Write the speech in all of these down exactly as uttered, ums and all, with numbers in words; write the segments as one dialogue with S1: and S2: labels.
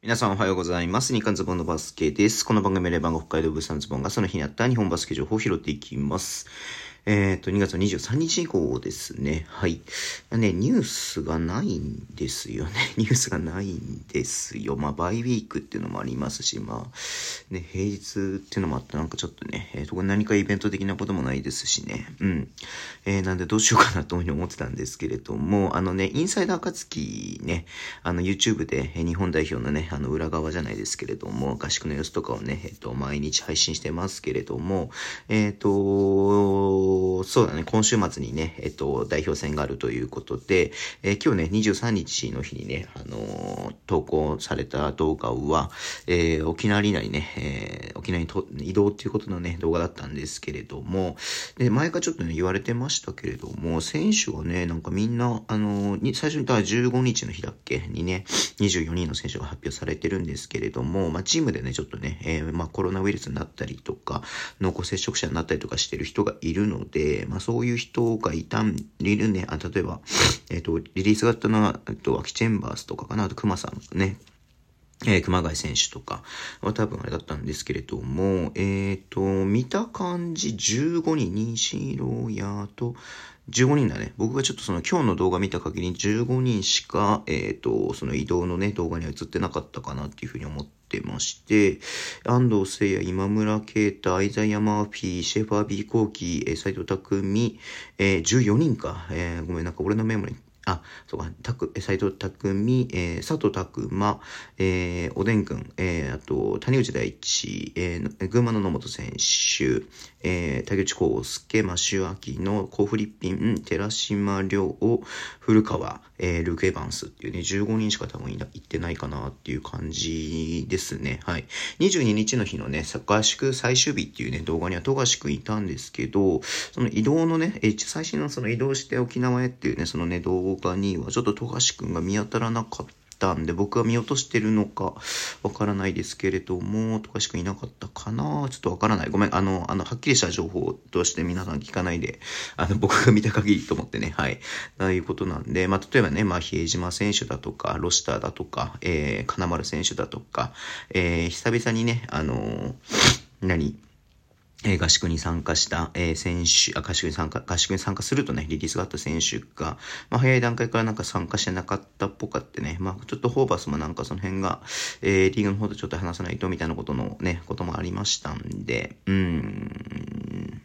S1: 皆さんおはようございます。日刊ズボンのバスケです。この番組で番号北海道物産ズボンがその日にあった日本バスケ情報を拾っていきます。えっと、にがつのにじゅうさんにち以降ですね。はい。ね、ニュースがないんですよね。ニュースがないんですよ。まあ、バイウィークっていうのもありますし、まあ、ね、平日っていうのもあって、なんかちょっとね、えー、特に何かイベント的なこともないですしね。うん。えー、なんでどうしようかなというふうに思ってたんですけれども、あのね、インサイダー暁ね、あの YouTube で日本代表のね、あの裏側じゃないですけれども、合宿の様子とかをね、えっと、毎日配信してますけれども、えっと、そうだね、今週末にね、えっと、代表戦があるということで、えー、今日ね、にじゅうさんにちの日にね、あのー、投稿された動画は、えー、沖縄アリーナにね、えー、沖縄にと移動っていうことのね、動画だったんですけれども、で、前からちょっとね、言われてましたけれども、選手はね、なんかみんな、あのー、に最初に、だからじゅうごにちの日だっけにね、にじゅうよにんの選手が発表されてるんですけれども、まあ、チームでね、ちょっとね、えー、まあ、コロナウイルスになったりとか、濃厚接触者になったりとかしてる人がいるので、まあ、そういう人がいたん、いるね、あ、例えば、えっと、リリースがあったのは、えっと、アキチェンバースとかかな、あと、熊さんね、えー、熊谷選手とかは多分あれだったんですけれども、えっと、見た感じじゅうごにん、西ロヤと、じゅうごにんだね。僕がちょっとその今日の動画見た限りじゅうごにんしか、えっと、その移動のね、動画には映ってなかったかなっていうふうに思ってまして、安藤誠也、今村啓太、アイザイア・マーフィー、シェファー・ビー・コーキー、斎藤匠、えー、じゅうよにんか。えー、ごめん、なんか俺のメモに、あ、そうか、たく、斎藤匠、えー、佐藤拓馬、えー、おでんくん、えー、あと、谷口大地、えー、群馬の野本選手、えー、竹内康介、マシュアキの、コーフリッピン、寺島亮、古川、えー、ルーク・エヴァンスっていうね、じゅうごにんしか多分いな行ってないかなっていう感じですね。はい。にじゅうににちの日のね、合宿最終日っていうね、動画には富樫くんいたんですけど、その移動のね、えー、最新のその移動して沖縄へっていうね、そのね、動画にはちょっと富樫くんが見当たらなかった。んで僕は見落としてるのかわからないですけれども、富樫くんいなかったかなちょっとわからない。ごめん。あの、あの、はっきりした情報として皆さん聞かないで、あの、僕が見た限りと思ってね、はい。ということなんで、まあ、例えばね、まあ、比江島選手だとか、ロシターだとか、えー、金丸選手だとか、えー、久々にね、あのー、何えー、合宿に参加した、えー、選手、あ、合宿に参加、合宿に参加するとね、リリースがあった選手が、まあ、早い段階からなんか参加してなかったっぽかってね、まあ、ちょっとホーバスもなんかその辺が、えー、リーグの方でちょっと話さないとみたいなことのね、こともありましたんで、うーん、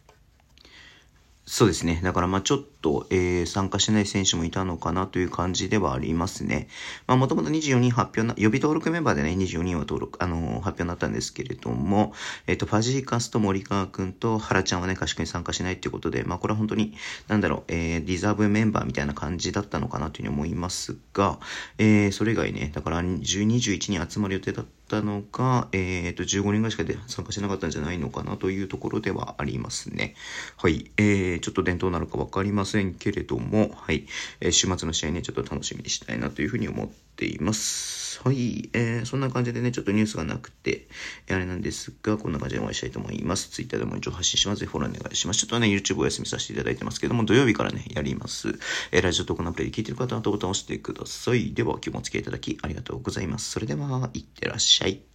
S1: そうですね。だからまあちょっと、えー、参加してない選手もいたのかなという感じではありますね。まあもともとにじゅうよにん発表な、予備登録メンバーでね、にじゅうよにんは登録、あのー、発表になったんですけれども、えっ、ー、と、ファジーカスと森川くんと原ちゃんはね、合宿に参加しないっていうことで、まあこれは本当に、なんだろう、えー、リザーブメンバーみたいな感じだったのかなというふうに思いますが、えー、それ以外ね、だからじゅうに、じゅういちにん集まる予定だったのが、えっ、ー、と、じゅうごにんぐらいしかで参加しなかったんじゃないのかなというところではありますね。はい。えー、ちょっと伝統なのかわかりませんけれども、はい。えー、週末の試合ね、ちょっと楽しみにしたいなというふうに思っています。はい。えー、そんな感じでね、ちょっとニュースがなくて、あれなんですが、こんな感じでお会いしたいと思います。Twitter でも一応発信します。ぜひフォローお願いします。ちょっとね、YouTube お休みさせていただいてますけども、土曜日からね、やります。えー、ラジオトークのアプリで聞いてる方はボタンを押してください。では、今日もお付き合いいただきありがとうございます。それでは、いってらっしゃい。